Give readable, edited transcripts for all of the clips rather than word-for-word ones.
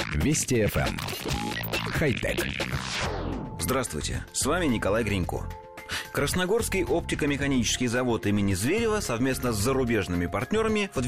Вести ФМ. Хай-тек. Здравствуйте, с вами Николай Гринько. Красногорский оптико-механический завод имени Зверева совместно с зарубежными партнерами в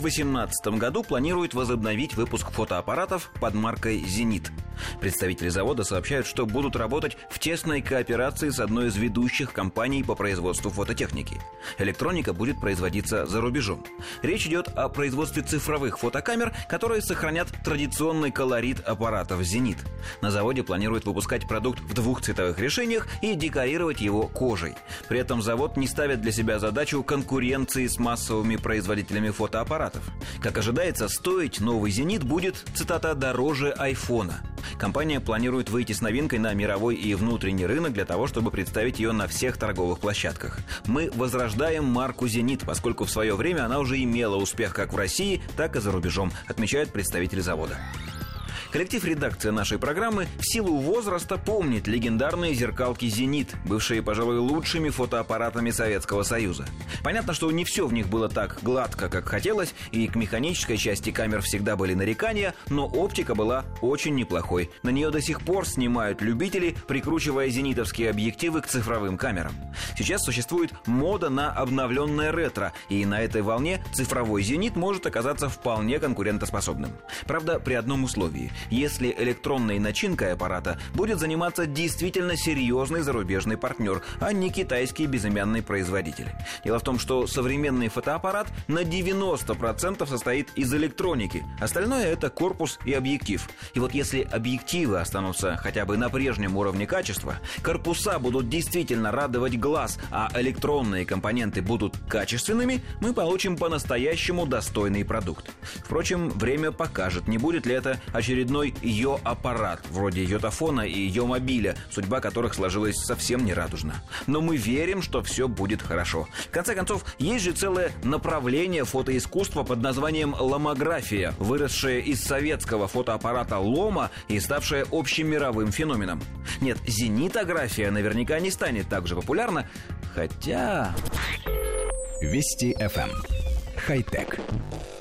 2018 году планирует возобновить выпуск фотоаппаратов под маркой «Зенит». Представители завода сообщают, что будут работать в тесной кооперации с одной из ведущих компаний по производству фототехники. Электроника будет производиться за рубежом. Речь идет о производстве цифровых фотокамер, которые сохранят традиционный колорит аппаратов «Зенит». На заводе планируют выпускать продукт в двух цветовых решениях и декорировать его кожей. При этом завод не ставит для себя задачу конкуренции с массовыми производителями фотоаппаратов. Как ожидается, стоить новый «Зенит» будет, цитата, «дороже айфона». Компания планирует выйти с новинкой на мировой и внутренний рынок для того, чтобы представить ее на всех торговых площадках. Мы возрождаем марку «Зенит», поскольку в свое время она уже имела успех как в России, так и за рубежом, отмечают представители завода. Коллектив редакции нашей программы в силу возраста помнит легендарные зеркалки «Зенит», бывшие, пожалуй, лучшими фотоаппаратами Советского Союза. Понятно, что не все в них было так гладко, как хотелось, и к механической части камер всегда были нарекания, но оптика была очень неплохой. На нее до сих пор снимают любители, прикручивая зенитовские объективы к цифровым камерам. Сейчас существует мода на обновленное ретро, и на этой волне цифровой «Зенит» может оказаться вполне конкурентоспособным. Правда, при одном условии – если электронной начинкой аппарата будет заниматься действительно серьезный зарубежный партнер, а не китайский безымянный производитель. Дело в том, что современный фотоаппарат на 90% состоит из электроники. Остальное – это корпус и объектив. И вот если объективы останутся хотя бы на прежнем уровне качества, корпуса будут действительно радовать глаз, а электронные компоненты будут качественными, мы получим по-настоящему достойный продукт. Впрочем, время покажет, не будет ли это очередной йо-аппарат, вроде йотафона и йо-мобиля, судьба которых сложилась совсем нерадужно. Но мы верим, что все будет хорошо. В конце концов, есть же целое направление фотоискусства под названием ломография, выросшее из советского фотоаппарата лома и ставшее общемировым феноменом. Нет, зенитография наверняка не станет так же популярна, хотя... Вести ФМ. Хай-тек.